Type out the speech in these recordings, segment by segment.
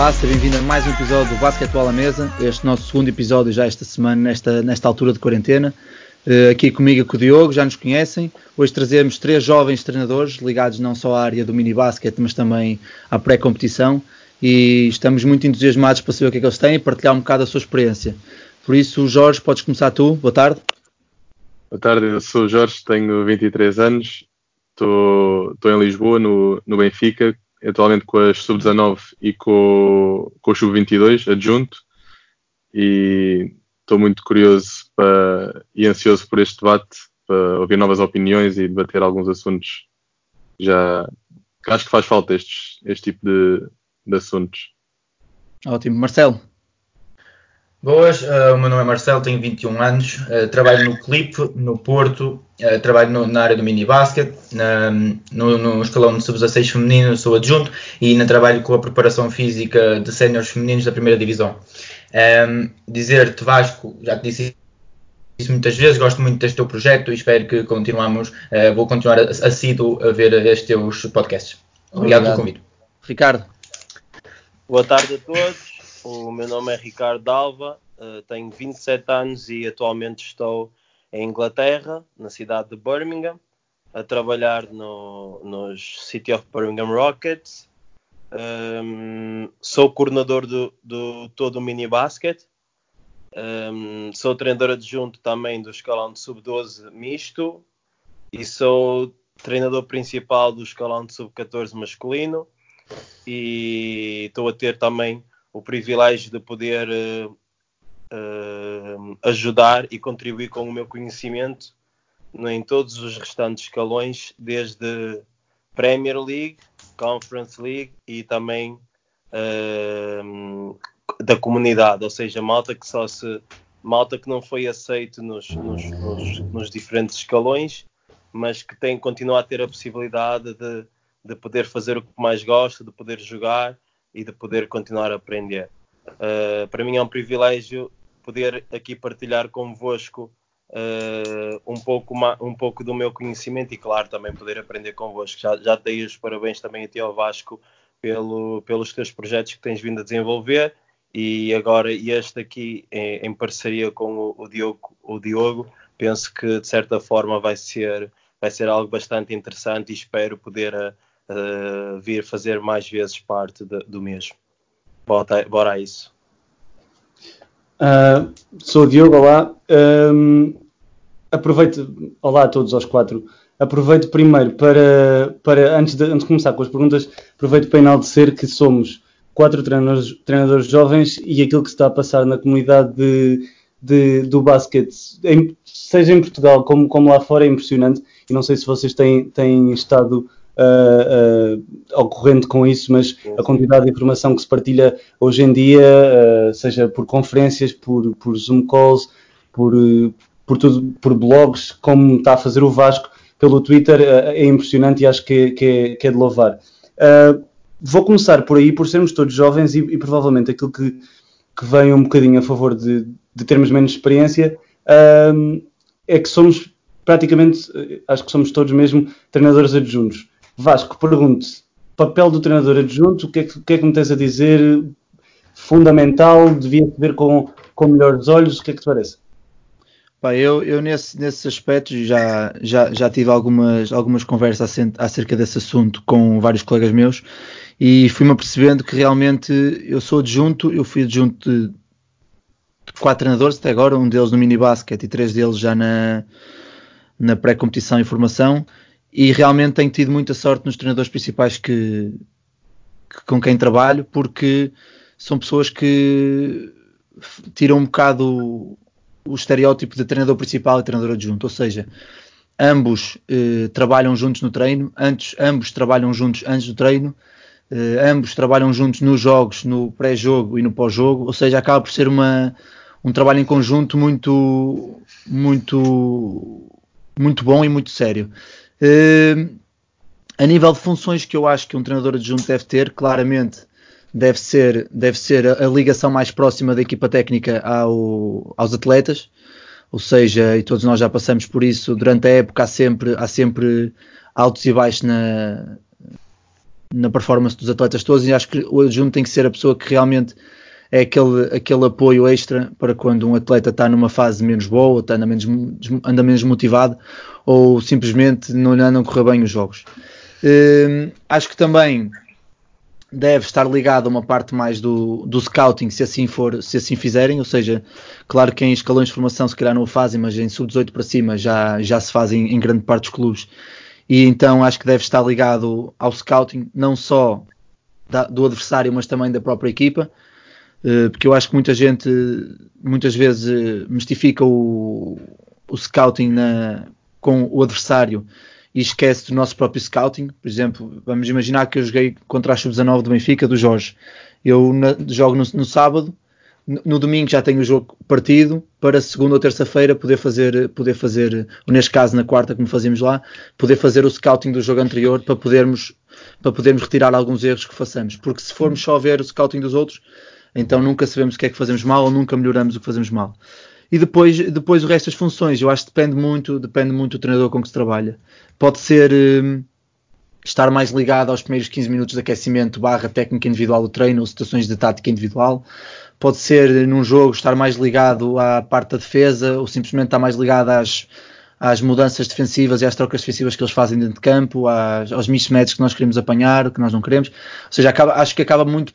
Olá, seja bem-vindo a mais um episódio do Basquetebol à Mesa. Este nosso segundo episódio já esta semana, nesta altura de quarentena. Aqui comigo e com o Diogo, já nos conhecem. Hoje trazemos 3 jovens treinadores ligados não só à área do mini-basquete, mas também à pré-competição. E estamos muito entusiasmados para saber o que é que eles têm e partilhar um bocado a sua experiência. Por isso, Jorge, podes começar tu. Boa tarde. Boa tarde, eu sou o Jorge, tenho 23 anos, estou em Lisboa, no Benfica, atualmente com a Sub-19 e com o Sub-22, adjunto, e estou muito curioso e ansioso por este debate, para ouvir novas opiniões e debater alguns assuntos. Já acho que faz falta este tipo de assuntos. Ótimo. Marcelo. Boas, o meu nome é Marcelo, tenho 21 anos, trabalho no Clip, no Porto, trabalho na área do mini-basket, no escalão de sub-16 feminino, sou adjunto e ainda trabalho com a preparação física de séniores femininos da primeira divisão. Dizer-te, Vasco, já te disse isso muitas vezes, gosto muito deste teu projeto e espero que vou continuar assíduo a ver estes teus podcasts. Obrigado pelo convite. Ricardo. Boa tarde a todos. O meu nome é Ricardo Alva, tenho 27 anos e atualmente estou em Inglaterra, na cidade de Birmingham, a trabalhar nos City of Birmingham Rockets. Sou coordenador do todo o mini-basket. Sou treinador adjunto também do escalão de sub-12 misto e sou treinador principal do escalão de sub-14 masculino. E estou a ter também o privilégio de poder ajudar e contribuir com o meu conhecimento em todos os restantes escalões, desde Premier League, Conference League e também da comunidade, ou seja, malta que não foi aceito nos diferentes escalões, mas que continua a ter a possibilidade de poder fazer o que mais gosta, de poder jogar e de poder continuar a aprender. Para mim é um privilégio poder aqui partilhar convosco um pouco do meu conhecimento e, claro, também poder aprender convosco. Já te dei os parabéns também a ti, ao Vasco, pelos teus projetos que tens vindo a desenvolver, e agora este aqui em parceria com o Diogo, penso que de certa forma vai ser algo bastante interessante e espero poder vir fazer mais vezes parte do mesmo. Bora a isso. Sou o Diogo, olá. Olá a todos, aos 4. Aproveito primeiro para antes de começar com as perguntas, aproveito para enaltecer que somos 4 treinadores jovens e aquilo que se está a passar na comunidade do basquete, seja em Portugal como lá fora, é impressionante. E não sei se vocês têm estado ao corrente com isso, mas a quantidade de informação que se partilha hoje em dia, seja por conferências, por Zoom calls, por tudo, por blogs, como está a fazer o Vasco, pelo Twitter, é impressionante e acho que é de louvar. Vou começar por aí, por sermos todos jovens e provavelmente aquilo que vem um bocadinho a favor de termos menos experiência, é que somos praticamente, acho que somos todos mesmo treinadores adjuntos. Vasco, pergunto-te, papel do treinador adjunto, o que é que me tens a dizer? Fundamental, devia-se ver com melhores olhos, o que é que te parece? Eu nesses aspectos já tive algumas conversas acerca desse assunto com vários colegas meus e fui-me apercebendo que realmente eu fui adjunto de 4 treinadores até agora, um deles no mini-basket e 3 deles já na pré-competição e formação, e realmente tenho tido muita sorte nos treinadores principais com quem trabalho, porque são pessoas que tiram um bocado o estereótipo de treinador principal e treinador adjunto, ou seja, ambos trabalham juntos no treino, ambos trabalham juntos antes do treino, ambos trabalham juntos nos jogos, no pré-jogo e no pós-jogo, ou seja, acaba por ser um trabalho em conjunto muito, muito, muito bom e muito sério. A nível de funções que eu acho que um treinador adjunto deve ter, claramente deve ser a ligação mais próxima da equipa técnica aos atletas, ou seja, e todos nós já passamos por isso, durante a época há sempre altos e baixos na performance dos atletas todos, e acho que o adjunto tem que ser a pessoa que realmente é aquele apoio extra para quando um atleta está numa fase menos boa, ou anda menos motivado, ou simplesmente não lhe andam a correr bem os jogos. Acho que também deve estar ligado a uma parte mais do scouting, se assim fizerem, ou seja, claro que em escalões de formação se calhar não o fazem, mas em sub-18 para cima já se fazem em grande parte dos clubes, e então acho que deve estar ligado ao scouting, não só do adversário, mas também da própria equipa, porque eu acho que muita gente muitas vezes mistifica o scouting com o adversário e esquece do nosso próprio scouting. Por exemplo, vamos imaginar que eu joguei contra a Sub-19 do Benfica, do Jorge. Eu jogo no sábado, no domingo já tenho o jogo partido, para segunda ou terça-feira poder fazer, ou neste caso na quarta, como fazíamos lá, poder fazer o scouting do jogo anterior para podermos retirar alguns erros que façamos. Porque se formos só ver o scouting dos outros, então nunca sabemos o que é que fazemos mal ou nunca melhoramos o que fazemos mal. E depois o resto das funções, eu acho que depende muito do treinador com que se trabalha. Pode ser estar mais ligado aos primeiros 15 minutos de aquecimento / técnica individual do treino ou situações de tática individual. Pode ser num jogo estar mais ligado à parte da defesa ou simplesmente estar mais ligado às mudanças defensivas e às trocas defensivas que eles fazem dentro de campo, aos mismatches que nós queremos apanhar, que nós não queremos. Ou seja, acho que acaba muito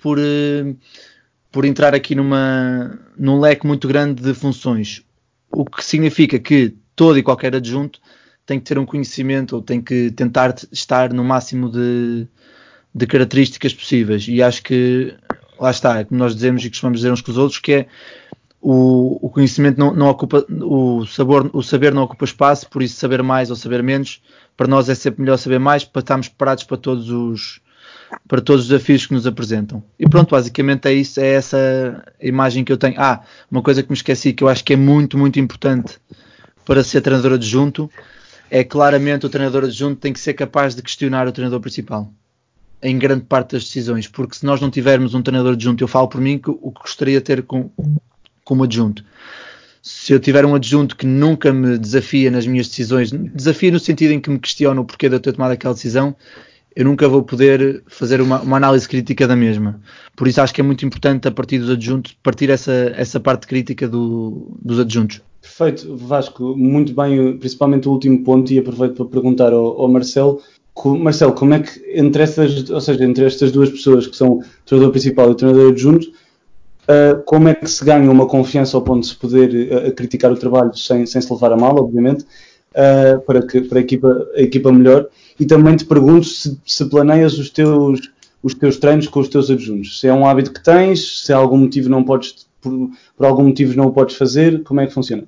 por entrar aqui num leque muito grande de funções, o que significa que todo e qualquer adjunto tem que ter um conhecimento ou tem que tentar estar no máximo de características possíveis, e acho que lá está, é como nós dizemos e costumamos dizer uns com os outros, que é o conhecimento não ocupa, o saber não ocupa espaço, por isso saber mais ou saber menos, para nós é sempre melhor saber mais, para estarmos preparados para todos os desafios que nos apresentam. E pronto, basicamente é isso, é essa imagem que eu tenho. Uma coisa que me esqueci, que eu acho que é muito, muito importante para ser treinador adjunto, é claramente o treinador adjunto tem que ser capaz de questionar o treinador principal em grande parte das decisões, porque se nós não tivermos um treinador adjunto, eu falo por mim, que o que gostaria de ter como adjunto, se eu tiver um adjunto que nunca me desafia nas minhas decisões, desafia no sentido em que me questiona o porquê de eu ter tomado aquela decisão, eu nunca vou poder fazer uma análise crítica da mesma. Por isso acho que é muito importante, a partir dos adjuntos, partir essa parte crítica dos adjuntos. Perfeito, Vasco, muito bem, principalmente o último ponto, e aproveito para perguntar ao Marcelo. Marcelo, como é que entre estas duas pessoas, que são o treinador principal e o treinador adjunto, como é que se ganha uma confiança ao ponto de se poder criticar o trabalho sem se levar a mal, obviamente, para a equipa melhor? E também te pergunto se planeias os teus treinos com os teus adjuntos. Se é um hábito que tens, se há algum motivo não podes, por algum motivo não o podes fazer, como é que funciona?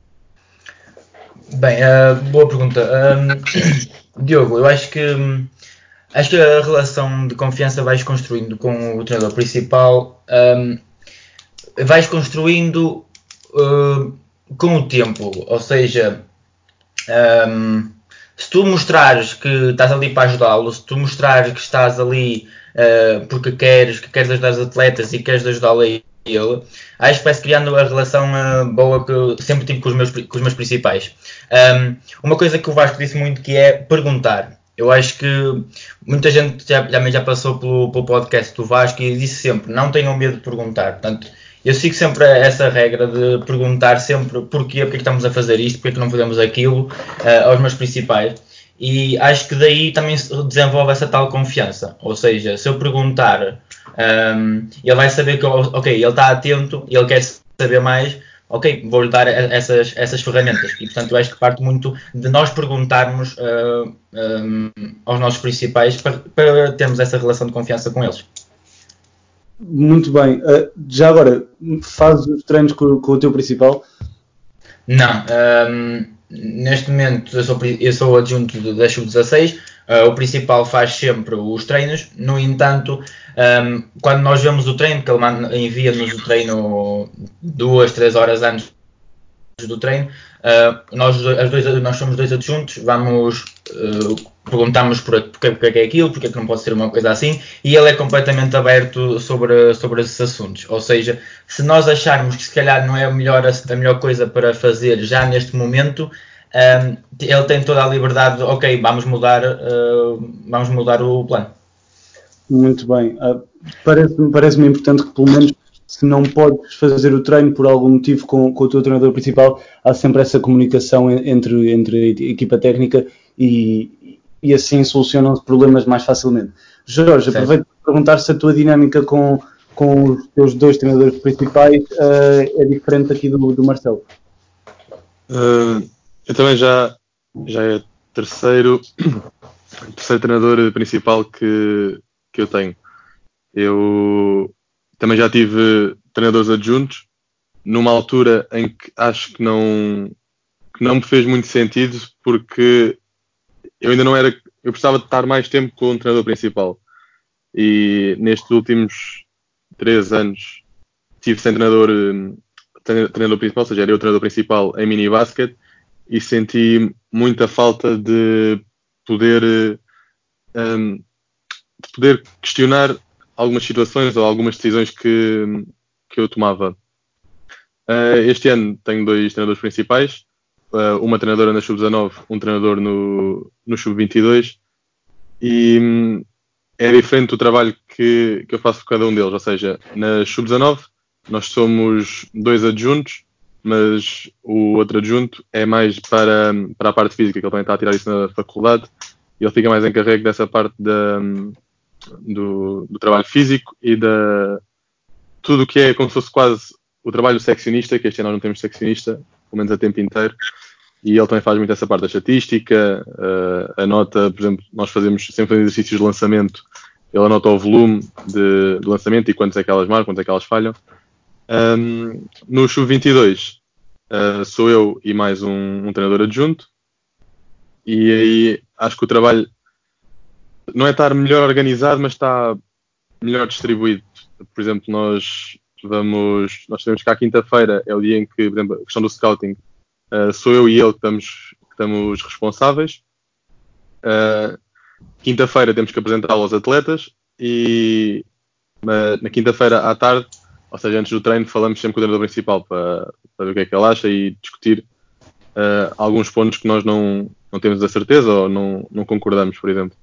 Bem, boa pergunta. Diogo, eu acho que a relação de confiança vais construindo com o treinador principal, vais construindo com o tempo, ou seja, se tu mostrares que estás ali para ajudá-lo, se tu mostrares que estás ali porque queres ajudar os atletas e queres ajudá-lo a ele, acho que vai-se criando a relação boa que eu sempre tive com os meus principais. Uma coisa que o Vasco disse muito, que é perguntar. Eu acho que muita gente já passou pelo podcast do Vasco e disse sempre, não tenham medo de perguntar. Portanto, eu sigo sempre essa regra de perguntar sempre porque é que estamos a fazer isto, porque é que não fazemos aquilo aos meus principais. E acho que daí também se desenvolve essa tal confiança. Ou seja, se eu perguntar, ele vai saber que ele está atento e ele quer saber mais, vou-lhe dar essas ferramentas. E portanto eu acho que parte muito de nós perguntarmos aos nossos principais para termos essa relação de confiança com eles. Muito bem. Já agora, fazes os treinos com o teu principal? Não. Neste momento eu sou adjunto da Sub-16, o principal faz sempre os treinos. No entanto, quando nós vemos o treino, porque ele envia-nos o treino 2-3 horas antes do treino, nós somos dois adjuntos, perguntamos porque é que é aquilo, porque é que não pode ser uma coisa assim, e ele é completamente aberto sobre esses assuntos. Ou seja, se nós acharmos que se calhar não é a melhor coisa para fazer já neste momento, ele tem toda a liberdade de, vamos mudar o plano. Muito bem. Parece-me importante que, pelo menos, se não podes fazer o treino por algum motivo com o teu treinador principal, há sempre essa comunicação entre a equipa técnica e assim solucionam-se problemas mais facilmente. Jorge, aproveito para perguntar se a tua dinâmica com os teus dois treinadores principais é diferente aqui do Marcelo. Eu também já é terceiro treinador principal que eu tenho. Eu também já tive treinadores adjuntos numa altura em que acho que não me fez muito sentido, porque eu ainda não era, eu precisava de estar mais tempo com o treinador principal, e nestes últimos 3 anos tive sem treinador principal, ou seja, era eu o treinador principal em mini basket, e senti muita falta de poder questionar algumas situações ou algumas decisões que eu tomava. Este ano tenho 2 treinadores principais, uma treinadora na Sub-19, um treinador no Sub-22, e é diferente o trabalho que eu faço por cada um deles. Ou seja, na Sub-19 nós somos 2 adjuntos, mas o outro adjunto é mais para a parte física, que ele também está a tirar isso na faculdade, e ele fica mais encarregue dessa parte do trabalho físico e tudo o que é como se fosse quase o trabalho do seccionista, que este ano nós não temos seccionista, pelo menos a tempo inteiro, e ele também faz muito essa parte da estatística, a nota, por exemplo, nós sempre fazemos exercícios de lançamento, ele anota o volume de lançamento e quantos é que elas marcam, quantos é que elas falham. No Sub-22 sou eu e mais um treinador adjunto, e aí acho que o trabalho não é estar melhor organizado, mas está melhor distribuído. Por exemplo, nós sabemos que à quinta-feira é o dia em que, por exemplo, a questão do scouting, sou eu e ele que estamos responsáveis. Quinta-feira temos que apresentá-lo aos atletas, e na quinta-feira à tarde, ou seja, antes do treino, falamos sempre com o treinador principal para ver o que é que ele acha e discutir alguns pontos que nós não temos a certeza ou não concordamos, por exemplo.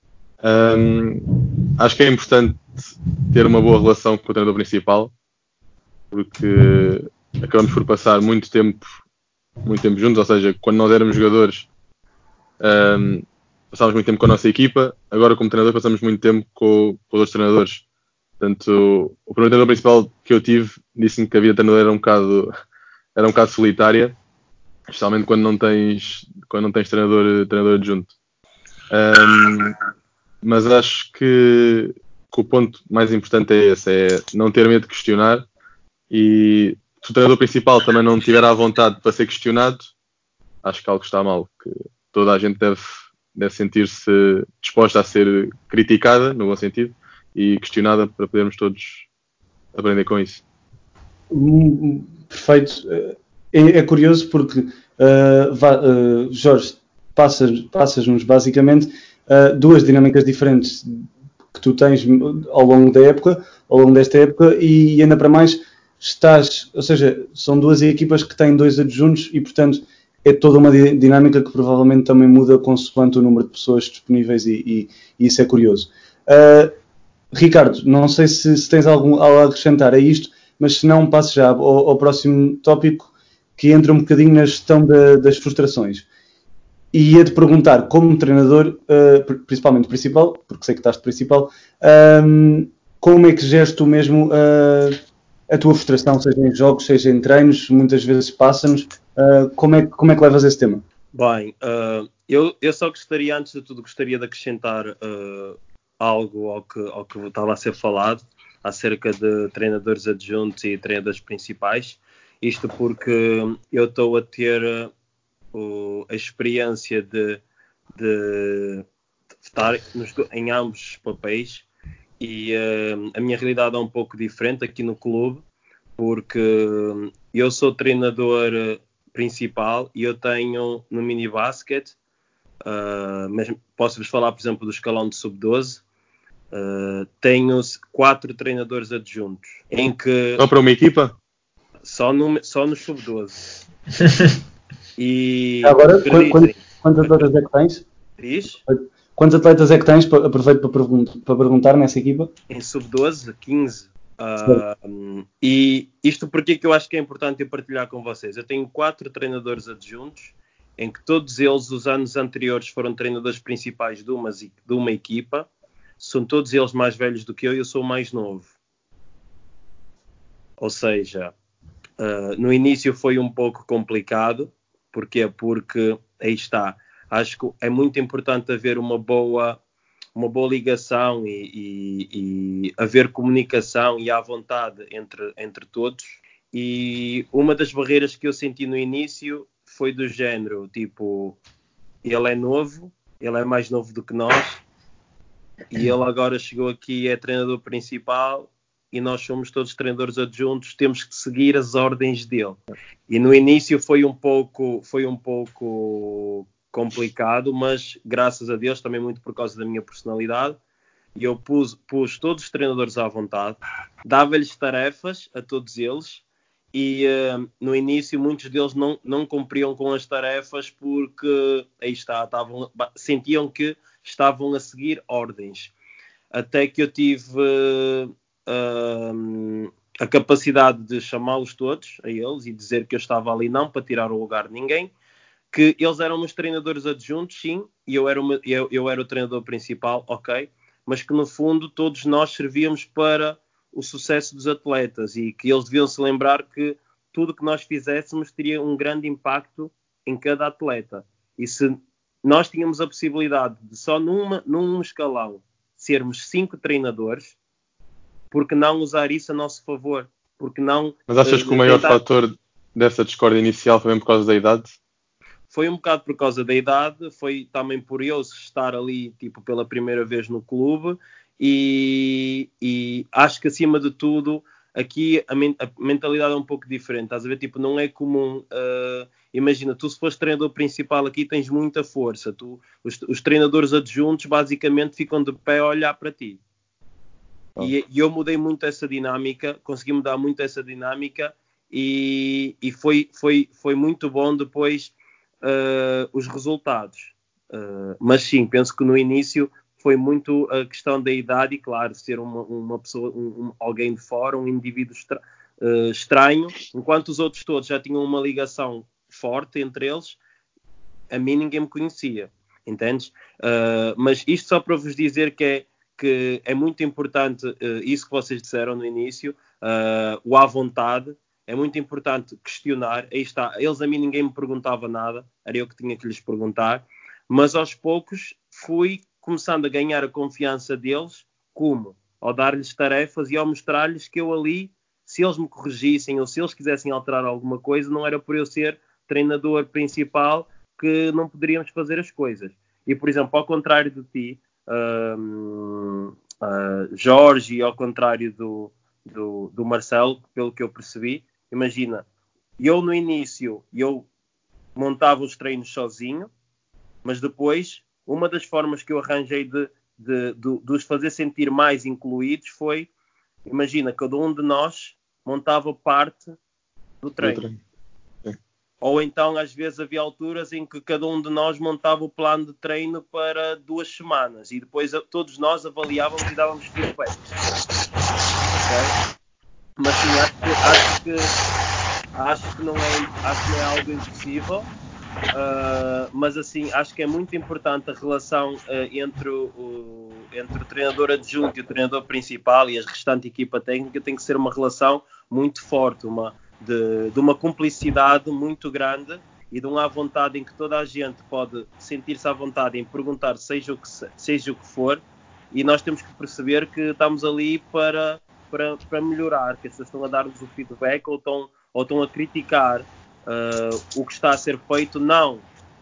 Acho que é importante ter uma boa relação com o treinador principal, porque acabamos por passar muito tempo juntos. Ou seja, quando nós éramos jogadores, passávamos muito tempo com a nossa equipa. Agora, como treinador, passamos muito tempo com os outros treinadores. Portanto, o primeiro treinador principal que eu tive disse-me que a vida de treinador era um bocado solitária, especialmente quando não tens treinador adjunto. Mas acho que o ponto mais importante é esse, é não ter medo de questionar, e se o treinador principal também não estiver à vontade para ser questionado, acho que algo está mal, que toda a gente deve sentir-se disposta a ser criticada, no bom sentido, e questionada, para podermos todos aprender com isso. Perfeito. É curioso porque, Jorge, passas-nos basicamente 2 dinâmicas diferentes que tu tens ao longo desta época, e ainda para mais ou seja, são 2 equipas que têm 2 adjuntos e, portanto, é toda uma dinâmica que provavelmente também muda consoante o número de pessoas disponíveis, e isso é curioso. Ricardo, não sei se tens algo a acrescentar a isto, mas se não, passo já ao próximo tópico, que entra um bocadinho na gestão das frustrações. E ia-te perguntar, como treinador, principalmente principal, porque sei que estás de principal, como é que geres tu mesmo a tua frustração, seja em jogos, seja em treinos? Muitas vezes passa-nos. Como é que levas esse tema? Bem, eu só gostaria, antes de tudo, de acrescentar algo ao que estava a ser falado, acerca de treinadores adjuntos e treinadores principais. Isto porque eu estou a ter a experiência de estar em ambos os papéis, e a minha realidade é um pouco diferente aqui no clube, porque eu sou treinador principal e eu tenho no mini basket, mas posso-vos falar, por exemplo, do escalão de sub-12, tenho 4 treinadores adjuntos, em que Só para uma equipa? Só no sub-12. E agora, quantas horas é que tens? Diz? Quantos atletas é que tens? Aproveito para perguntar nessa equipa. Em sub-12, 15. E isto porque que eu acho que é importante eu partilhar com vocês. Eu tenho 4 treinadores adjuntos, em que todos eles, os anos anteriores, foram treinadores principais de uma equipa. São todos eles mais velhos do que eu e eu sou o mais novo. Ou seja, no início foi um pouco complicado. Porquê? Porque, aí está, acho que é muito importante haver uma boa ligação e haver comunicação e à vontade entre todos. E uma das barreiras que eu senti no início foi do género, tipo, ele é novo, ele é mais novo do que nós, e ele agora chegou aqui e é treinador principal, e nós somos todos treinadores adjuntos, temos que seguir as ordens dele. E no início foi um pouco complicado, mas graças a Deus, também muito por causa da minha personalidade, e eu pus todos os treinadores à vontade, dava-lhes tarefas a todos eles, e no início muitos deles não cumpriam com as tarefas porque aí está, sentiam que estavam a seguir ordens. Até que eu tive a capacidade de chamá-los todos a eles e dizer que eu estava ali não para tirar o lugar de ninguém, que eles eram meus treinadores adjuntos, sim, e eu era o treinador principal, ok, mas que no fundo todos nós servíamos para o sucesso dos atletas e que eles deviam se lembrar que tudo que nós fizéssemos teria um grande impacto em cada atleta. E se nós tínhamos a possibilidade de só num escalão sermos 5 treinadores, por que não usar isso a nosso favor? Porque não, Mas achas que o maior fator dessa discórdia inicial foi mesmo por causa da idade? Foi um bocado por causa da idade, foi também por eu estar ali tipo, pela primeira vez no clube e acho que acima de tudo aqui a mentalidade é um pouco diferente, estás a ver? Tipo, não é comum, imagina, tu se fores treinador principal aqui tens muita força, os treinadores adjuntos basicamente ficam de pé a olhar para ti. E eu mudei muito essa dinâmica, consegui mudar muito essa dinâmica e foi muito bom depois os resultados. Mas sim, penso que no início foi muito a questão da idade e, claro, ser uma pessoa, alguém de fora, um indivíduo estranho, enquanto os outros todos já tinham uma ligação forte entre eles, a mim ninguém me conhecia, entendes? Mas isto só para vos dizer que é muito importante isso que vocês disseram no início, o à vontade. É muito importante questionar. Aí está, eles a mim ninguém me perguntava nada, era eu que tinha que lhes perguntar, mas aos poucos fui começando a ganhar a confiança deles, como? Ao dar-lhes tarefas e ao mostrar-lhes que eu ali, se eles me corrigissem ou se eles quisessem alterar alguma coisa, não era por eu ser treinador principal que não poderíamos fazer as coisas. E, por exemplo, ao contrário de ti, Jorge, e ao contrário do Marcelo, pelo que eu percebi, imagina, eu no início eu montava os treinos sozinho, mas depois uma das formas que eu arranjei de os fazer sentir mais incluídos foi, imagina, cada um de nós montava parte do treino. Ou então às vezes havia alturas em que cada um de nós montava o plano de treino para 2 semanas e depois todos nós avaliávamos e dávamos feedback. Okay? Mas sim, acho que não é algo impossível, mas assim, acho que é muito importante a relação entre o treinador adjunto e o treinador principal e a restante equipa técnica tem que ser uma relação muito forte, de uma cumplicidade muito grande e de uma à vontade em que toda a gente pode sentir-se à vontade em perguntar seja o que for, e nós temos que perceber que estamos ali para melhorar, que as pessoas estão a dar-nos o feedback ou estão a criticar o que está a ser feito, não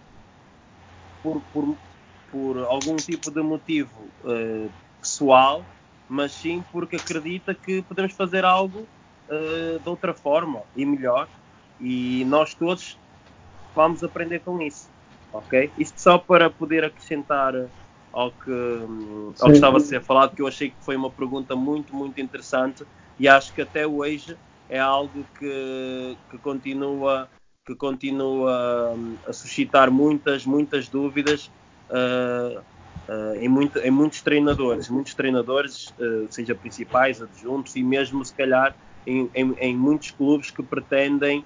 por algum tipo de motivo pessoal, mas sim porque acredita que podemos fazer algo de outra forma e melhor, e nós todos vamos aprender com isso, ok? Isto só para poder acrescentar ao que estava a ser falado, que eu achei que foi uma pergunta muito, muito interessante e acho que até hoje é algo que continua a suscitar muitas, muitas dúvidas em muitos treinadores, seja principais, adjuntos e mesmo se calhar em muitos clubes que pretendem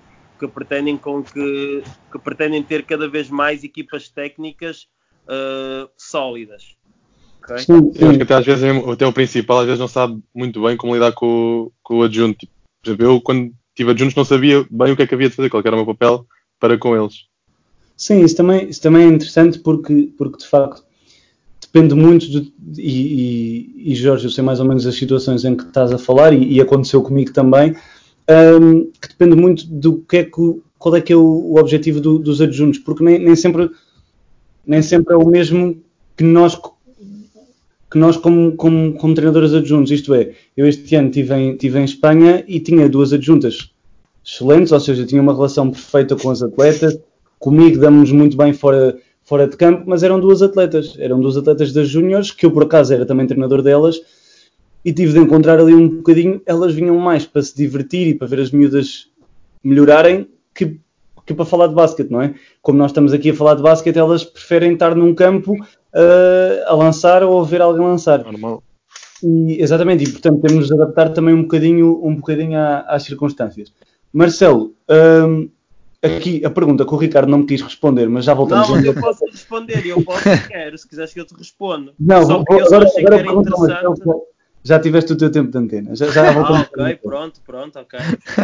ter cada vez mais equipas técnicas sólidas. Okay? Sim. Eu acho que até às vezes até o principal às vezes não sabe muito bem como lidar com o adjunto. Tipo, por exemplo, eu quando tive adjuntos não sabia bem o que é que havia de fazer, qual era o meu papel para com eles. Sim, isso também é interessante porque de facto depende muito e Jorge, eu sei mais ou menos as situações em que estás a falar e aconteceu comigo também, que depende muito do qual é que é o objetivo dos adjuntos, porque nem sempre é o mesmo que nós como treinadores adjuntos. Isto é, eu este ano estive em Espanha e tinha 2 adjuntas excelentes, ou seja, tinha uma relação perfeita com as atletas, comigo damos muito bem fora de campo, mas eram 2 atletas das júniores, que eu por acaso era também treinador delas, e tive de encontrar ali um bocadinho, elas vinham mais para se divertir e para ver as miúdas melhorarem que para falar de basquete, não é? Como nós estamos aqui a falar de basquete, elas preferem estar num campo a lançar ou a ver alguém lançar. Normal. Exatamente, e portanto temos de adaptar também um bocadinho às circunstâncias. Marcelo, aqui a pergunta que o Ricardo não me quis responder, mas já voltamos. Não, mas eu posso responder, eu posso se quero, se quiseres que eu te respondo. Não, só porque eu só achei que era interessante. Já tiveste o teu tempo de antena. Já ok, pronto, ok.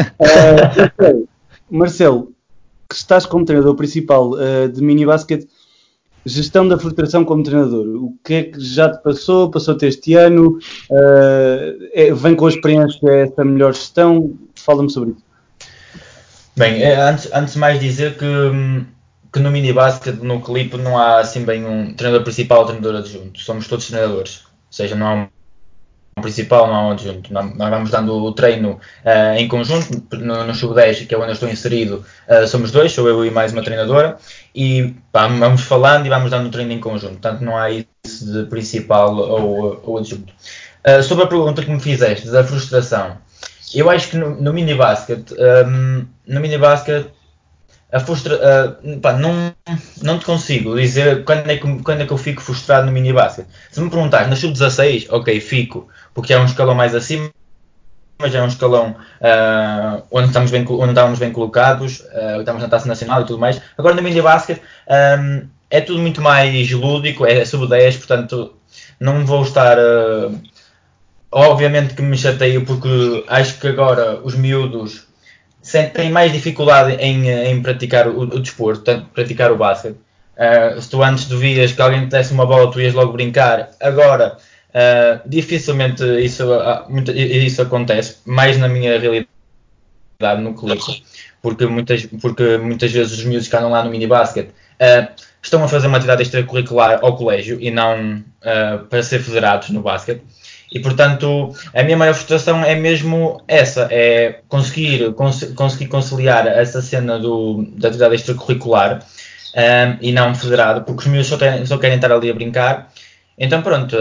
Marcelo, que estás como treinador principal de mini basquete, gestão da frustração como treinador, o que é que já te passou-te este ano, vem com a experiência essa melhor gestão, fala-me sobre isso. Bem, antes de mais dizer que no mini basket, no clipe, não há assim bem um treinador principal ou treinador adjunto, somos todos treinadores, ou seja, não há um principal, não há um adjunto. Nós vamos dando o treino em conjunto, no Sub-10, que é onde eu estou inserido, somos 2, sou eu e mais uma treinadora, e vamos falando e vamos dando o treino em conjunto, portanto não há isso de principal ou adjunto. Sobre a pergunta que me fizeste, da frustração, eu acho que no mini basket, não te consigo dizer quando é que eu fico frustrado no mini basket. Se me perguntares na sub-16, ok, fico, porque é um escalão mais acima, mas é um escalão onde estávamos bem colocados, estamos na Taça Nacional e tudo mais. Agora no mini basket é tudo muito mais lúdico, é sub-10, portanto não vou estar... obviamente que me chateio porque acho que agora os miúdos têm mais dificuldade em praticar o desporto, praticar o basquete. Se tu antes devias que alguém te desse uma bola, tu ias logo brincar. Agora, dificilmente isso acontece, mais na minha realidade no clipe, porque muitas vezes os miúdos que andam lá no mini basquete estão a fazer uma atividade extracurricular ao colégio e não para ser federados no basquete. E portanto a minha maior frustração é mesmo essa, é conseguir conciliar essa cena da atividade extracurricular e não federado, porque os meus só querem estar ali a brincar. Então pronto,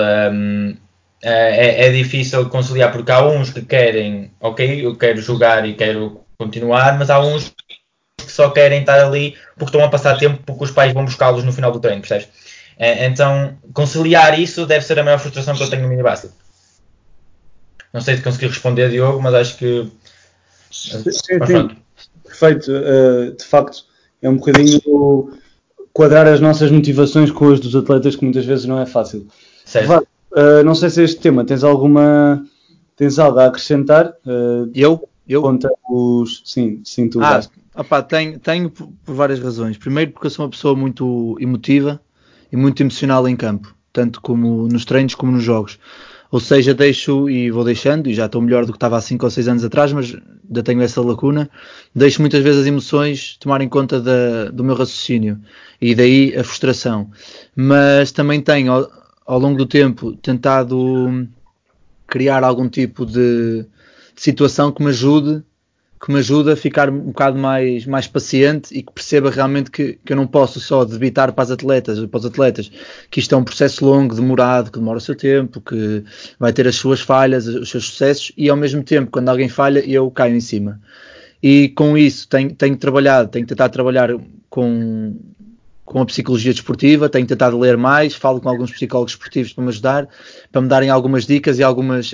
é difícil conciliar, porque há uns que querem, ok, eu quero jogar e quero continuar, mas há uns que só querem estar ali porque estão a passar tempo, porque os pais vão buscá-los no final do treino, percebes? Então conciliar isso deve ser a maior frustração que eu tenho no minibasket. Não sei se consegui responder, Diogo, mas acho que... Sim. Perfeito. De facto, é um bocadinho quadrar as nossas motivações com as dos atletas, que muitas vezes não é fácil. Certo. Não sei se este tema tens algo a acrescentar? Eu? Conta os... Sim, tu vais. Tenho por várias razões. Primeiro porque eu sou uma pessoa muito emotiva e muito emocional em campo, tanto como nos treinos como nos jogos. Ou seja, vou deixando, e já estou melhor do que estava há 5 ou 6 anos atrás, mas ainda tenho essa lacuna, deixo muitas vezes as emoções tomarem conta do meu raciocínio, e daí a frustração. Mas também tenho, ao longo do tempo, tentado criar algum tipo de situação que me ajude a ficar um bocado mais paciente e que perceba realmente que eu não posso só debitar para os atletas que isto é um processo longo, demorado, que demora o seu tempo, que vai ter as suas falhas, os seus sucessos, e ao mesmo tempo, quando alguém falha, eu caio em cima. E com isso tenho tentado trabalhar com a psicologia desportiva, tenho tentado ler mais, falo com alguns psicólogos esportivos para me ajudar, para me darem algumas dicas e algumas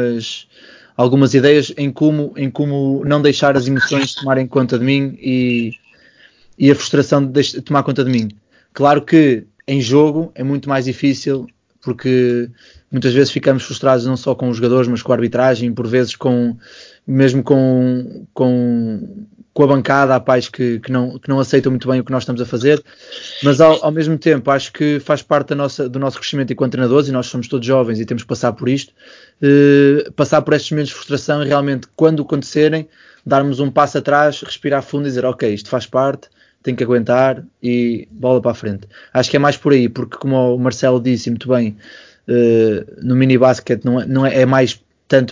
ideias em como não deixar as emoções tomarem conta de mim e a frustração de tomar conta de mim. Claro que em jogo é muito mais difícil, porque muitas vezes ficamos frustrados não só com os jogadores, mas com a arbitragem, por vezes mesmo com a bancada, há pais que não aceitam muito bem o que nós estamos a fazer, mas ao mesmo tempo acho que faz parte do nosso crescimento enquanto treinadores, e nós somos todos jovens e temos que passar por isto, passar por estes momentos de frustração e realmente, quando acontecerem, darmos um passo atrás, respirar fundo e dizer, ok, isto faz parte, tenho que aguentar e bola para a frente. Acho que é mais por aí, porque como o Marcelo disse muito bem, no mini basquete não é mais tanto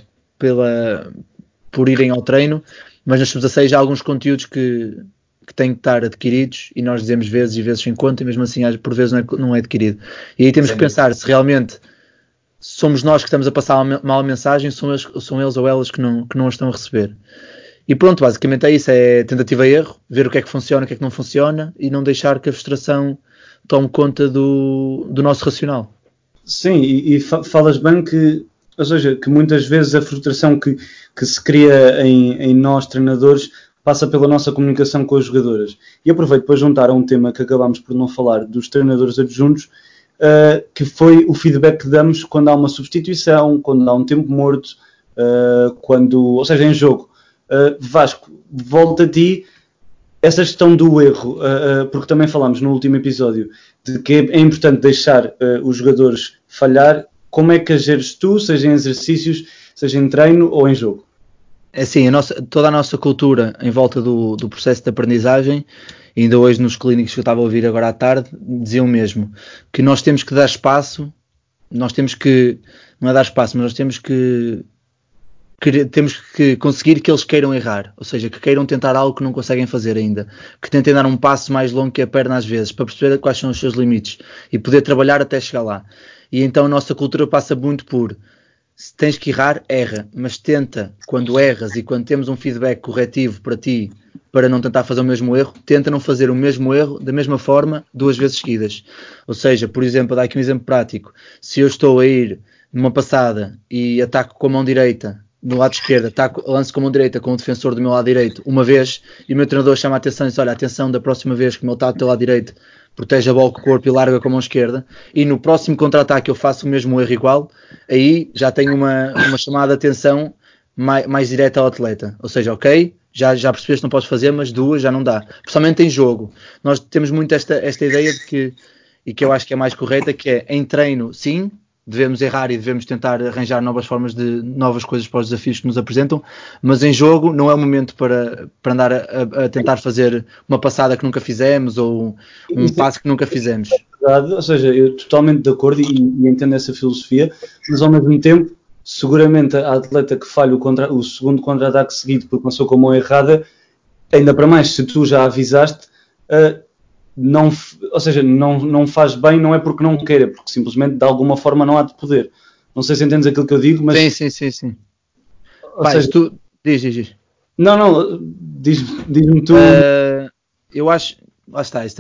por irem ao treino, mas nas sub-16 há alguns conteúdos que têm que estar adquiridos e nós dizemos vezes e vezes sem conta, e mesmo assim por vezes não é adquirido. E aí temos que pensar se realmente somos nós que estamos a passar mal a mensagem, são eles ou elas que não a estão a receber. E pronto, basicamente é isso, é tentativa e erro, ver o que é que funciona, o que é que não funciona e não deixar que a frustração tome conta do nosso racional. Sim, e falas bem que muitas vezes a frustração que se cria em nós treinadores passa pela nossa comunicação com as jogadoras. E aproveito para juntar a um tema que acabámos por não falar dos treinadores adjuntos, que foi o feedback que damos quando há uma substituição, quando há um tempo morto, ou seja, em jogo. Vasco, volta a ti essa gestão do erro, porque também falámos no último episódio de que é importante deixar os jogadores falhar. Como é que a geres tu, seja em exercícios, seja em treino ou em jogo? É assim, toda a nossa cultura em volta do processo de aprendizagem, ainda hoje nos clínicos que eu estava a ouvir agora à tarde, diziam mesmo que nós temos que dar espaço, não é dar espaço, mas nós temos que conseguir que eles queiram errar, ou seja, que queiram tentar algo que não conseguem fazer ainda, que tentem dar um passo mais longo que a perna às vezes, para perceber quais são os seus limites e poder trabalhar até chegar lá. E então a nossa cultura passa muito por, se tens que errar, erra, mas tenta, quando erras e quando temos um feedback corretivo para ti, para não tentar fazer o mesmo erro, tenta não fazer o mesmo erro da mesma forma 2 vezes seguidas. Ou seja, por exemplo, dar aqui um exemplo prático, se eu estou a ir numa passada e ataco com a mão direita no lado esquerdo, lanço com a mão direita com o defensor do meu lado direito uma vez, e o meu treinador chama a atenção e diz, olha, atenção, da próxima vez que o meu está do teu lado direito, protege a bola com o corpo e larga com a mão esquerda, e no próximo contra-ataque eu faço o mesmo erro igual, aí já tenho uma chamada de atenção mais direta ao atleta. Ou seja, ok, já percebeste que não podes fazer, mas 2 já não dá. Principalmente em jogo. Nós temos muito esta ideia de que, e que eu acho que é mais correta, que é em treino, sim, devemos errar e devemos tentar arranjar novas coisas para os desafios que nos apresentam, mas em jogo não é o momento para andar a tentar fazer uma passada que nunca fizemos ou um passo que nunca fizemos. Ou seja, eu totalmente de acordo e entendo essa filosofia, mas ao mesmo tempo, seguramente a atleta que falha o segundo contra-ataque seguido porque começou com a mão errada, ainda para mais, se tu já avisaste, não faz bem, não é porque não queira, porque simplesmente de alguma forma não há de poder. Não sei se entendes aquilo que eu digo, mas... Sim. Seja, tu... Diz. Não, diz-me tu... eu acho... Lá está, isto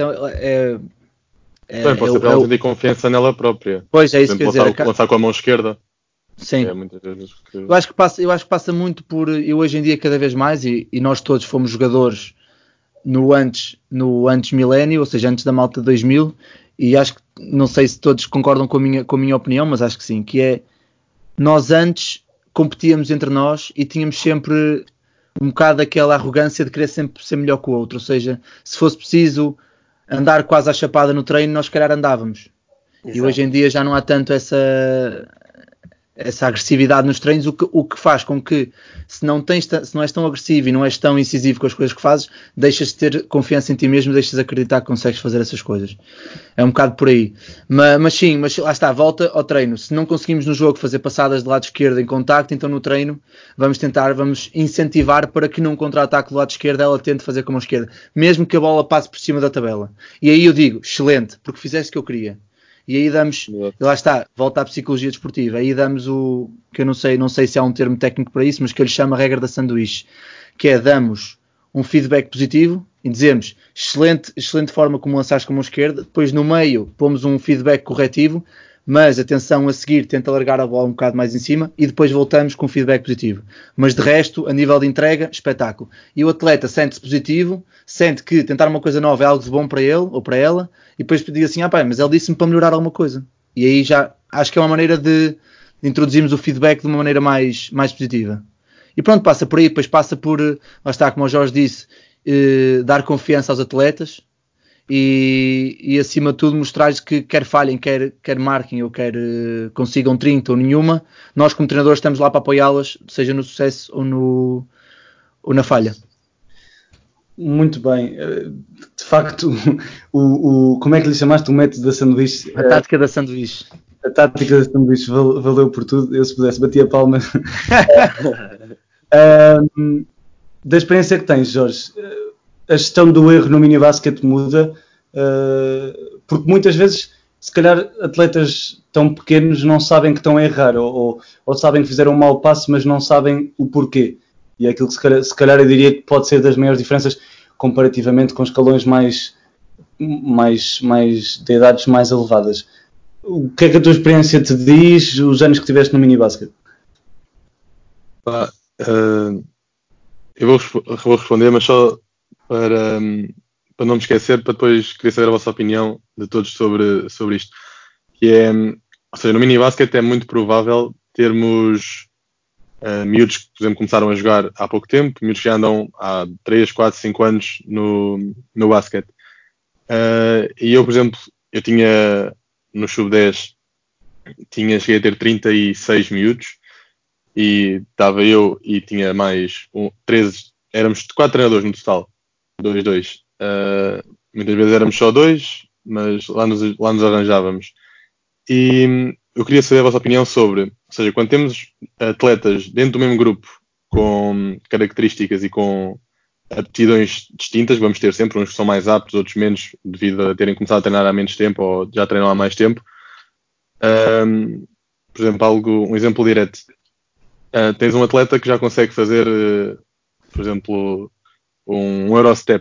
Bem, pode ser para ela ter confiança nela própria. Pois, é isso que eu ia dizer. Lançar com a mão esquerda. Sim. Muitas vezes que... Eu acho que passa muito por... Eu hoje em dia, cada vez mais, e nós todos fomos jogadores no antes milénio, ou seja, antes da malta de 2000, e acho que, não sei se todos concordam com a minha opinião, mas acho que sim, que é, nós antes competíamos entre nós e tínhamos sempre um bocado aquela arrogância de querer sempre ser melhor que o outro, ou seja, se fosse preciso andar quase à chapada no treino, nós se calhar andávamos. Exato. E hoje em dia já não há tanto essa agressividade nos treinos, o que faz com que, se não és tão agressivo e não és tão incisivo com as coisas que fazes, deixas de ter confiança em ti mesmo, deixas de acreditar que consegues fazer essas coisas. É um bocado por aí. Mas lá está, volta ao treino. Se não conseguimos no jogo fazer passadas de lado esquerdo em contacto, então no treino vamos incentivar para que num contra-ataque do lado esquerdo ela tente fazer com a mão esquerda, mesmo que a bola passe por cima da tabela. E aí eu digo, excelente, porque fizeste o que eu queria. E aí damos, lá está, volta à psicologia desportiva, aí damos o, que eu não sei se há um termo técnico para isso, mas que eu lhe chamo a regra da sanduíche, que é, damos um feedback positivo e dizemos excelente forma como lançaste com a mão esquerda, depois no meio pomos um feedback corretivo, mas atenção, a seguir tenta largar a bola um bocado mais em cima e depois voltamos com feedback positivo. Mas de resto, a nível de entrega, espetáculo. E o atleta sente-se positivo, sente que tentar uma coisa nova é algo de bom para ele ou para ela, e depois diz assim, mas ele disse-me para melhorar alguma coisa. E aí já acho que é uma maneira de introduzirmos o feedback de uma maneira mais positiva. E pronto, passa por aí, depois passa por, lá está, como o Jorge disse, dar confiança aos atletas e acima de tudo mostrar-lhes que quer falhem, quer marquem ou quer consigam 30 ou nenhuma, nós como treinadores estamos lá para apoiá-las, seja no sucesso ou na falha. Muito bem. De facto, como é que lhe chamaste? O método da sanduíche? A tática da sanduíche. A tática da sanduíche valeu por tudo. Eu, se pudesse, batia palmas. Da experiência que tens, Jorge, a gestão do erro no minibasket muda, porque muitas vezes, se calhar, atletas tão pequenos não sabem que estão a errar, ou sabem que fizeram um mau passo, mas não sabem o porquê. E é aquilo que se calhar eu diria que pode ser das maiores diferenças comparativamente com escalões mais de idades mais elevadas. O que é que a tua experiência te diz, os anos que tiveste no minibasket? Eu vou responder, mas só para não me esquecer, para depois querer saber a vossa opinião de todos sobre isto. Que é, ou seja, no minibasket é muito provável termos miúdos que, por exemplo, começaram a jogar há pouco tempo, miúdos que já andam há 3, 4, 5 anos no basquete. E eu, por exemplo, eu tinha no sub-10, cheguei a ter 36 miúdos, e estava eu e tinha mais 13, éramos 4 treinadores no total, 2. Muitas vezes éramos só 2, mas lá nos arranjávamos. E eu queria saber a vossa opinião sobre, ou seja, quando temos atletas dentro do mesmo grupo com características e com aptidões distintas, vamos ter sempre uns que são mais aptos, outros menos, devido a terem começado a treinar há menos tempo ou já treinam há mais tempo. Por exemplo, um exemplo direto. Tens um atleta que já consegue fazer, por exemplo, um Eurostep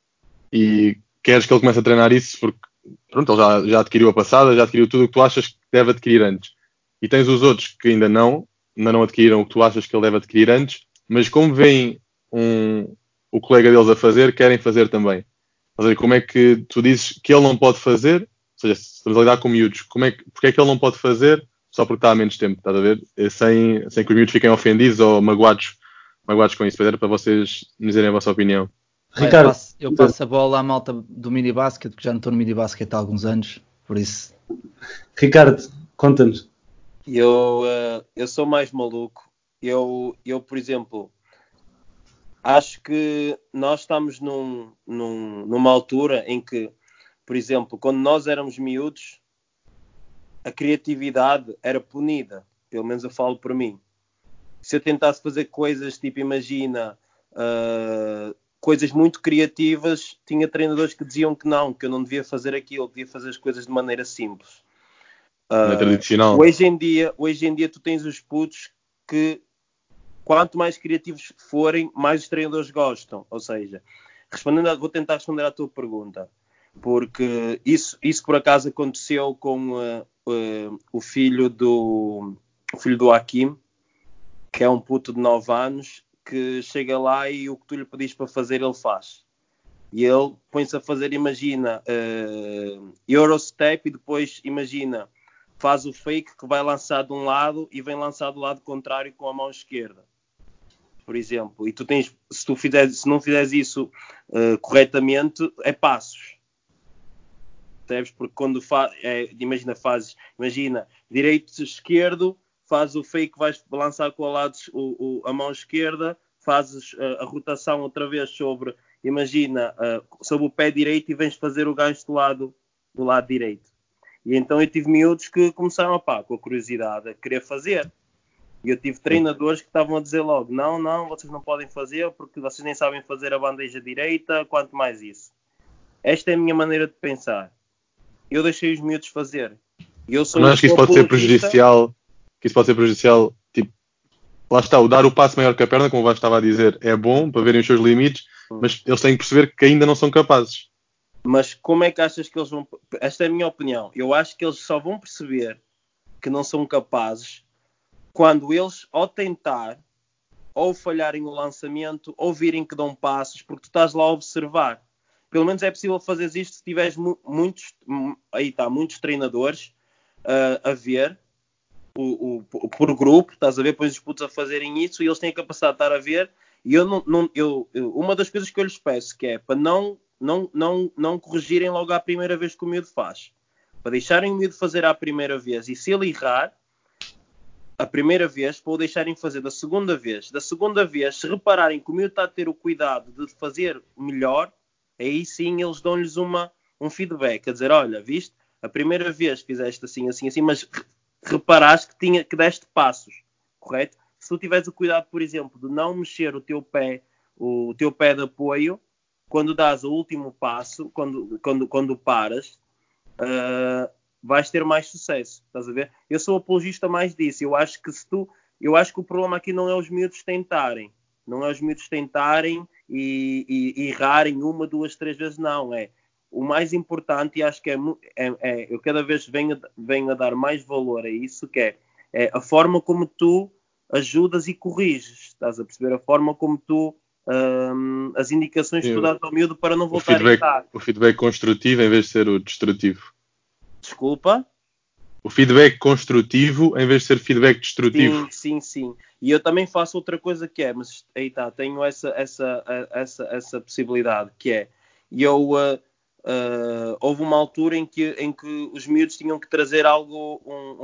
e queres que ele comece a treinar isso porque pronto, ele já adquiriu a passada, já adquiriu tudo o que tu achas que deve adquirir antes. E tens os outros que ainda não adquiriram o que tu achas que ele deve adquirir antes, mas como veem o colega deles a fazer, querem fazer também. Ou seja, como é que tu dizes que ele não pode fazer? Ou seja, se estamos a lidar com miúdos, porque é que ele não pode fazer só porque está há menos tempo, estás a ver? Sem que os miúdos fiquem ofendidos ou magoados com isso. Era para vocês me dizerem a vossa opinião. Ricardo, eu passo a bola à malta do minibasket, que já não estou no minibasket há alguns anos, por isso. Ricardo, conta-nos. Eu sou mais maluco. Eu, por exemplo, acho que nós estamos numa altura em que, por exemplo, quando nós éramos miúdos, a criatividade era punida. Pelo menos eu falo por mim. Se eu tentasse fazer coisas, tipo, imagina, coisas muito criativas, tinha treinadores que diziam que eu não devia fazer aquilo, devia fazer as coisas de maneira simples. Não é tradicional. Hoje em dia tu tens os putos que quanto mais criativos forem, mais os treinadores gostam. Ou seja, vou tentar responder à tua pergunta, porque isso por acaso aconteceu com o filho do Hakim, que é um puto de 9 anos, que chega lá e o que tu lhe pedis para fazer, ele faz. E ele põe-se a fazer, imagina, Eurostep, e depois, imagina, faz o fake que vai lançar de um lado e vem lançar do lado contrário com a mão esquerda, por exemplo. E tu tens, se não fizeres isso corretamente, é passos. Percebes? Porque quando imagina, direito, esquerdo, faz o fake, vais lançar com a mão esquerda, fazes a rotação outra vez sobre o pé direito e vens fazer o gancho do lado direito. E então eu tive miúdos que começaram com a curiosidade a querer fazer. E eu tive treinadores que estavam a dizer logo, não, vocês não podem fazer porque vocês nem sabem fazer a bandeja direita, quanto mais isso. Esta é a minha maneira de pensar. Eu deixei os miúdos fazer. Não acho que isso pode ser prejudicial, tipo, lá está, o dar o passo maior que a perna, como o Vasco estava a dizer, é bom para verem os seus limites, mas eles têm que perceber que ainda não são capazes. Mas como é que achas que eles vão... Esta é a minha opinião. Eu acho que eles só vão perceber que não são capazes quando eles, ao tentar, ou falharem o lançamento, ou virem que dão passos, porque tu estás lá a observar. Pelo menos é possível fazer isto se tiveres muitos treinadores a ver, por grupo, estás a ver, pões os putos a fazerem isso e eles têm a capacidade de estar a ver. E uma das coisas que eu lhes peço que é para não corrigirem logo à primeira vez que o miúdo faz, para deixarem o miúdo fazer à primeira vez, e se ele errar a primeira vez, para o deixarem fazer da segunda vez, se repararem que o miúdo está a ter o cuidado de fazer melhor, aí sim eles dão-lhes um feedback, a dizer, olha, viste, a primeira vez fizeste assim, assim, assim, mas reparaste que deste passos, correto? Se tu tiveres o cuidado, por exemplo, de não mexer o teu pé de apoio, quando dás o último passo, quando paras, vais ter mais sucesso, estás a ver? Eu sou apologista mais disso. Eu acho que o problema aqui não é os miúdos tentarem, e errarem uma, duas, três vezes, não. É o mais importante, e acho que eu cada vez venho a dar mais valor a isso, que é a forma como tu ajudas e corriges, estás a perceber? A forma como tu as indicações que tu dás ao miúdo para não voltar a errar. O feedback construtivo em vez de ser o destrutivo. Desculpa? O feedback construtivo em vez de ser feedback destrutivo. Sim. E eu também faço outra coisa que é, mas aí está, tenho essa possibilidade, que é, houve uma altura em que os miúdos tinham que trazer algo,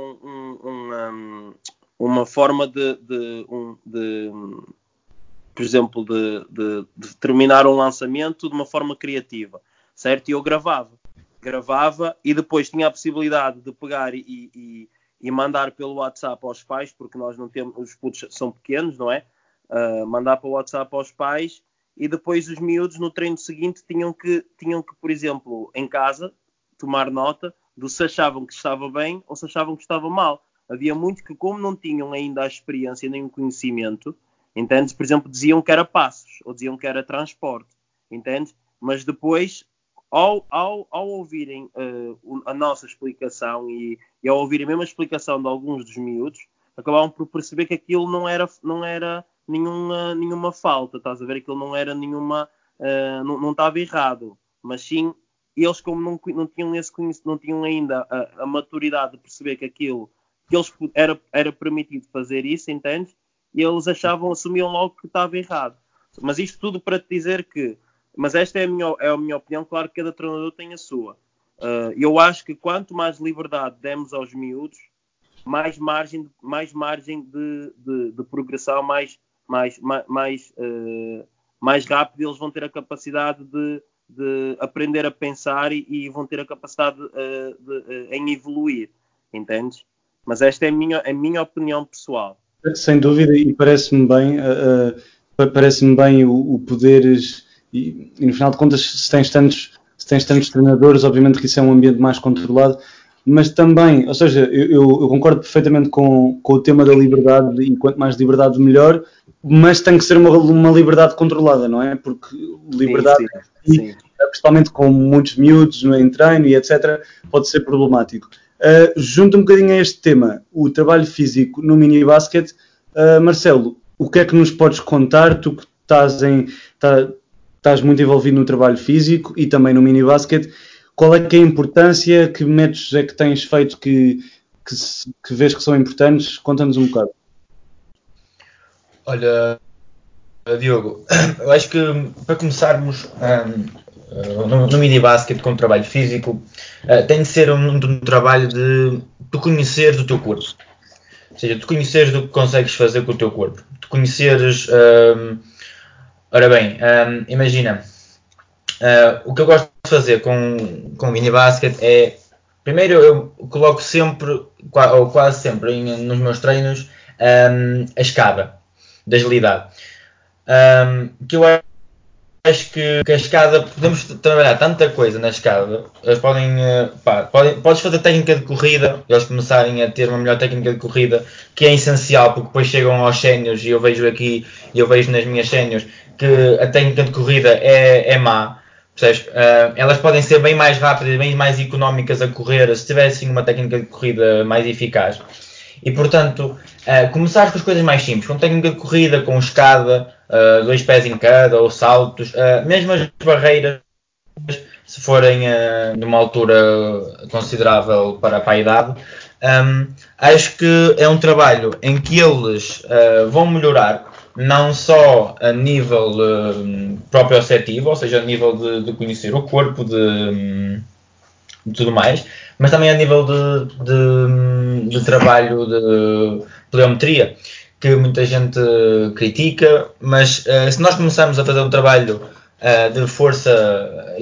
uma forma por exemplo, de terminar um lançamento de uma forma criativa, certo? E eu gravava e depois tinha a possibilidade de pegar e mandar pelo WhatsApp aos pais, porque nós não temos, os putos são pequenos, não é? Mandar para o WhatsApp aos pais e depois os miúdos no treino seguinte tinham que, por exemplo, em casa, tomar nota de se achavam que estava bem ou se achavam que estava mal. Havia muitos que, como não tinham ainda a experiência nem o conhecimento, entendes? Por exemplo, diziam que era passos ou diziam que era transporte, entendes? Mas depois, ao ouvirem a nossa explicação e ao ouvirem a mesma explicação de alguns dos miúdos, acabavam por perceber que aquilo não era nenhuma falta, estás a ver? Aquilo não era nenhuma... não estava errado, mas sim, eles como não tinham esse conhecimento, não tinham ainda a maturidade de perceber que aquilo que eles era permitido fazer isso, entendes? E eles assumiam logo que estava errado. Mas isto tudo para te dizer que... Mas esta é a minha opinião, claro que cada treinador tem a sua. Eu acho que quanto mais liberdade demos aos miúdos, mais margem de progressão, mais rápido eles vão ter a capacidade de aprender a pensar e vão ter a capacidade em evoluir, entendes? Mas esta é a minha opinião pessoal. Sem dúvida, e parece-me bem o poderes, e no final de contas, se tens tantos treinadores, obviamente que isso é um ambiente mais controlado, mas também, ou seja, eu concordo perfeitamente com o tema da liberdade, e quanto mais liberdade melhor, mas tem que ser uma liberdade controlada, não é? Porque liberdade, sim. principalmente com muitos miúdos em treino e etc., pode ser problemático. Junto um bocadinho a este tema, o trabalho físico no mini-basket, Marcelo, o que é que nos podes contar? Tu que estás muito envolvido no trabalho físico e também no mini-basket, qual é que é a importância? Que métodos é que tens feito que vês que são importantes? Conta-nos um bocado. Olha, Diogo, eu acho que para começarmos no mini-basket com o trabalho físico, tem de ser um trabalho de tu conheceres o teu corpo. Ou seja, tu conheceres o que consegues fazer com o teu corpo. Tu conheceres... ora bem, imagina, o que eu gosto de fazer com o mini-basket é... Primeiro eu coloco sempre, ou quase sempre, nos meus treinos, a escada da agilidade. Que eu acho que a escada, podemos trabalhar tanta coisa na escada, eles podes fazer técnica de corrida, eles começarem a ter uma melhor técnica de corrida, que é essencial, porque depois chegam aos séniores, e eu vejo nas minhas séniores, que a técnica de corrida é má, percebes? Elas podem ser bem mais rápidas, bem mais económicas a correr, se tivessem uma técnica de corrida mais eficaz. E portanto, começar com as coisas mais simples, com técnica de corrida, com escada, 2 pés em cada, ou saltos, mesmo as barreiras, se forem de uma altura considerável para a idade, acho que é um trabalho em que eles vão melhorar, não só a nível proprioceptivo, ou seja, a nível de conhecer o corpo, de tudo mais, mas também a nível de trabalho de pliometria, que muita gente critica, mas se nós começarmos a fazer um trabalho de força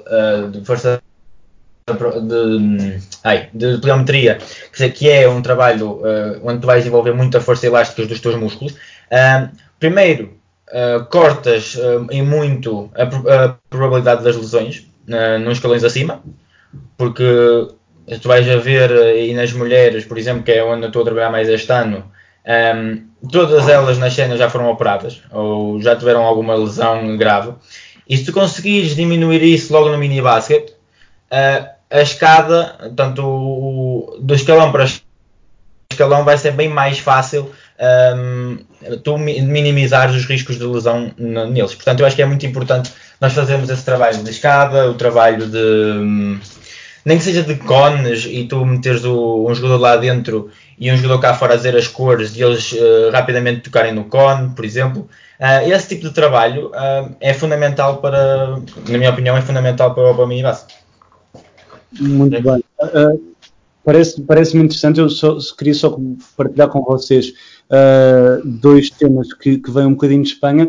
de pliometria, que é um trabalho onde tu vais desenvolver muita força elástica dos teus músculos, primeiro cortas em muito a probabilidade das lesões nos escalões acima, porque tu vais a ver aí nas mulheres, por exemplo, que é onde eu estou a trabalhar mais este ano, todas elas nas cenas já foram operadas ou já tiveram alguma lesão grave, e se tu conseguires diminuir isso logo no mini basket, a escada, tanto do escalão para escalão, vai ser bem mais fácil tu minimizar os riscos de lesão neles. Portanto, eu acho que é muito importante nós fazermos esse trabalho de escada, o trabalho de nem que seja de cones, e tu meteres um jogador lá dentro e um jogador cá fora a dizer as cores e eles rapidamente tocarem no cone, por exemplo. Esse tipo de trabalho é fundamental para, na minha opinião, é fundamental para o minibasket. Muito bem. Parece-me interessante. Eu queria só partilhar com vocês dois temas que vêm um bocadinho de Espanha.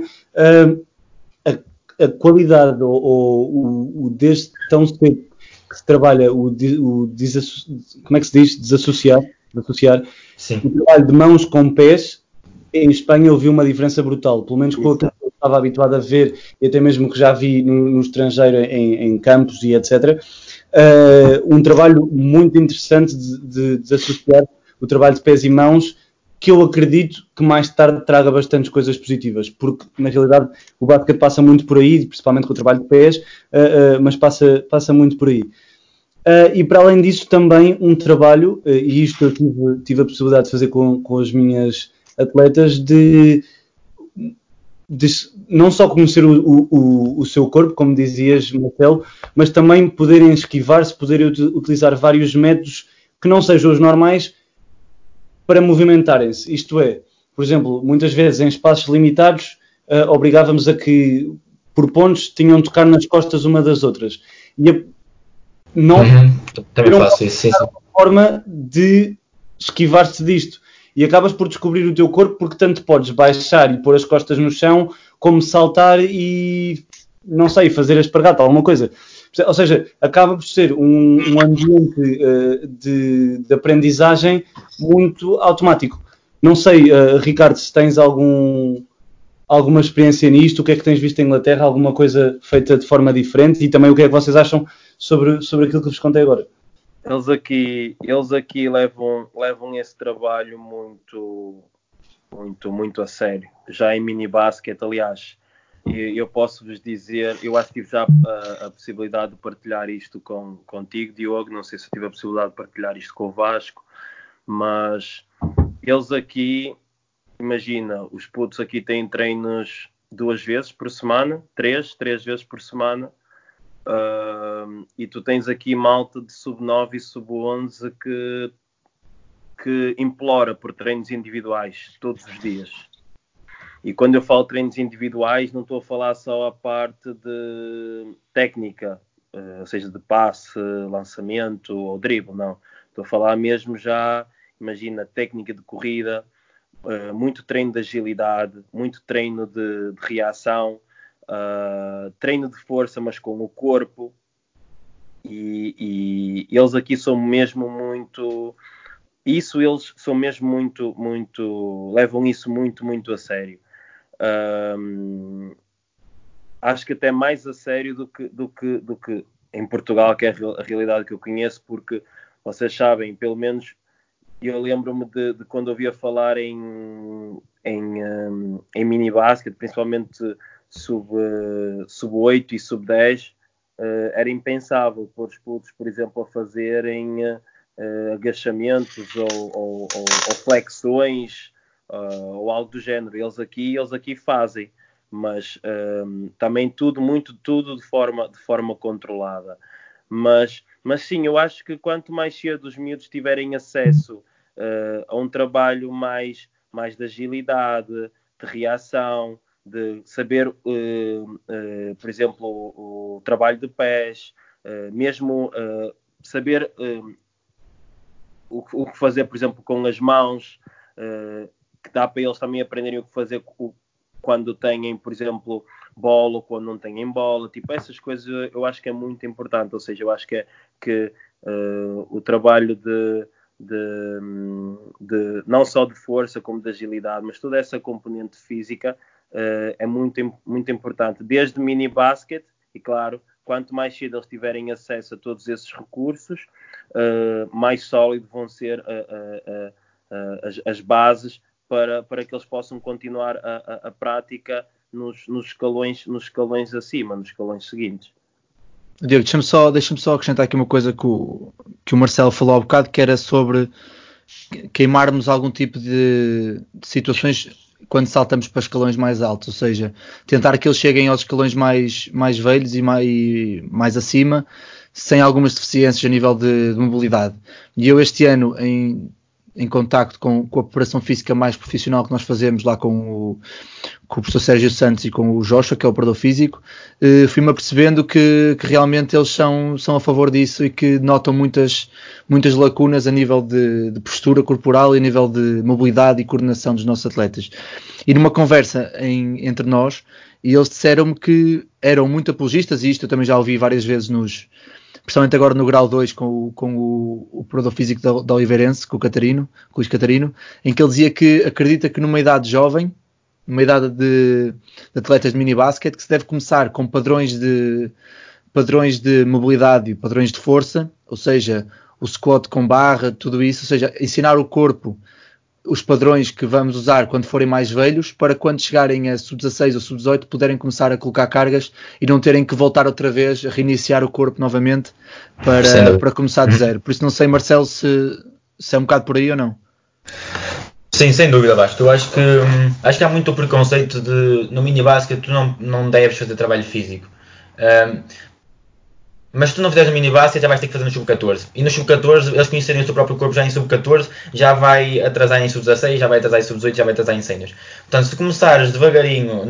A qualidade, ou desde tão cedo que se trabalha como é que se diz? Desassociar. Sim. O trabalho de mãos com pés, em Espanha eu vi uma diferença brutal, pelo menos com aquilo que eu estava habituado a ver, e até mesmo que já vi no estrangeiro, em campos e etc. Um trabalho muito interessante de desassociar o trabalho de pés e mãos, que eu acredito que mais tarde traga bastantes coisas positivas, porque na realidade o basquete passa muito por aí, principalmente com o trabalho de pés, mas passa muito por aí. E para além disso também um trabalho, e isto eu tive a possibilidade de fazer com as minhas atletas, de não só conhecer o seu corpo, como dizias, Marcelo, mas também poderem esquivar-se, poderem utilizar vários métodos que não sejam os normais para movimentarem-se. Isto é, por exemplo, muitas vezes em espaços limitados obrigávamos a que, por pontos, tinham de tocar nas costas uma das outras. E não também faço isso, sim. uma forma de esquivar-se disto. E acabas por descobrir o teu corpo, porque tanto podes baixar e pôr as costas no chão, como saltar e, não sei, fazer a espargata, alguma coisa. Ou seja, acaba por ser um ambiente de aprendizagem muito automático. Não sei, Ricardo, se tens alguma experiência nisto, o que é que tens visto em Inglaterra, alguma coisa feita de forma diferente, e também o que é que vocês acham sobre aquilo que vos contei agora. Eles aqui levam esse trabalho muito a sério. Já em mini basket, aliás, eu posso vos dizer, eu acho que tive já a possibilidade de partilhar isto contigo, Diogo, não sei se eu tive a possibilidade de partilhar isto com o Vasco, mas eles aqui, imagina, os putos aqui têm treinos 2 vezes por semana, 3 vezes por semana, e tu tens aqui malta de sub-9 e sub-11 que implora por treinos individuais todos os dias. E quando eu falo treinos individuais, não estou a falar só a parte de técnica, ou seja, de passe, lançamento ou drible, não. Estou a falar mesmo já, imagina, técnica de corrida, muito treino de agilidade, muito treino de reação, treino de força, mas com o corpo. E eles aqui são mesmo muito... Isso eles são mesmo muito levam isso muito a sério. acho que até mais a sério do que em Portugal, que é a realidade que eu conheço, porque vocês sabem, pelo menos eu lembro-me de quando ouvia falar em mini-basket, principalmente sub-8 e sub-10, era impensável pôr os putos, por exemplo, a fazerem agachamentos ou flexões ou algo do género. Eles aqui fazem, mas também tudo de forma controlada. Mas sim, eu acho que quanto mais cedo os miúdos tiverem acesso a um trabalho mais de agilidade, de reação, de saber, por exemplo, o trabalho de pés, mesmo saber o que fazer, por exemplo, com as mãos, que dá para eles também aprenderem o que fazer quando têm, por exemplo, bola ou quando não têm bola. Tipo, essas coisas eu acho que é muito importante. Ou seja, eu acho que o trabalho de não só de força como de agilidade, mas toda essa componente física é muito, muito importante, desde mini basket, e claro, quanto mais cedo eles tiverem acesso a todos esses recursos, mais sólido vão ser as bases para que eles possam continuar a prática nos escalões acima, nos escalões seguintes. Diego, deixa-me só acrescentar aqui uma coisa que o Marcelo falou há bocado, que era sobre queimarmos algum tipo de situações quando saltamos para escalões mais altos, ou seja, tentar que eles cheguem aos escalões mais velhos e mais acima, sem algumas deficiências a nível de mobilidade. E eu este ano, em contacto com a preparação física mais profissional que nós fazemos lá com o professor Sérgio Santos e com o Joshua, que é o operador físico, fui-me apercebendo que realmente eles são a favor disso e que notam muitas lacunas a nível de postura corporal e a nível de mobilidade e coordenação dos nossos atletas. E numa conversa entre nós, eles disseram-me que eram muito apologistas, e isto eu também já ouvi várias vezes principalmente agora no grau 2 com o operador físico da Oliveirense, com o Luís Catarino, em que ele dizia que acredita que numa idade jovem, numa idade de atletas de mini-basket, que se deve começar com padrões de mobilidade e padrões de força, ou seja, o squat com barra, tudo isso, ou seja, ensinar o corpo os padrões que vamos usar quando forem mais velhos, para quando chegarem a sub-16 ou sub-18 puderem começar a colocar cargas e não terem que voltar outra vez a reiniciar o corpo novamente para começar de zero. Por isso não sei, Marcelo, se é um bocado por aí ou não. Sim, sem dúvida, Vasco. Eu acho que há muito preconceito de no mini-basket tu não deves fazer trabalho físico. Mas se tu não fizeres no mini-basket, já vais ter que fazer no sub-14. E no sub-14, eles conhecerem o seu próprio corpo já em sub-14, já vai atrasar em sub-16, já vai atrasar em sub-18, já vai atrasar em séniores. Portanto, se começares devagarinho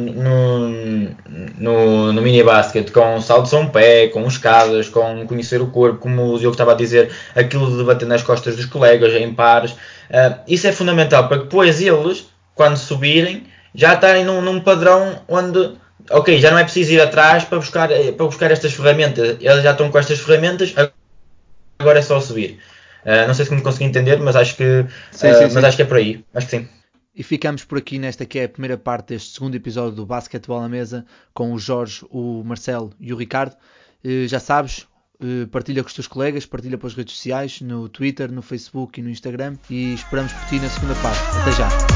no mini-basket, com saltos a um pé, com escadas, com conhecer o corpo, como o Diogo estava a dizer, aquilo de bater nas costas dos colegas, em pares, isso é fundamental para que depois eles, quando subirem, já estarem num padrão onde... Ok, já não é preciso ir atrás para buscar estas ferramentas. Eles já estão com estas ferramentas, agora é só subir. Não sei se me consegui entender, mas acho que Sim. Acho que é por aí. Acho que sim. E ficamos por aqui nesta que é a primeira parte deste segundo episódio do Basquetebol à Mesa, com o Jorge, o Marcelo e o Ricardo. Já sabes, partilha com os teus colegas, partilha pelas redes sociais, no Twitter, no Facebook e no Instagram, e esperamos por ti na segunda parte. Até já!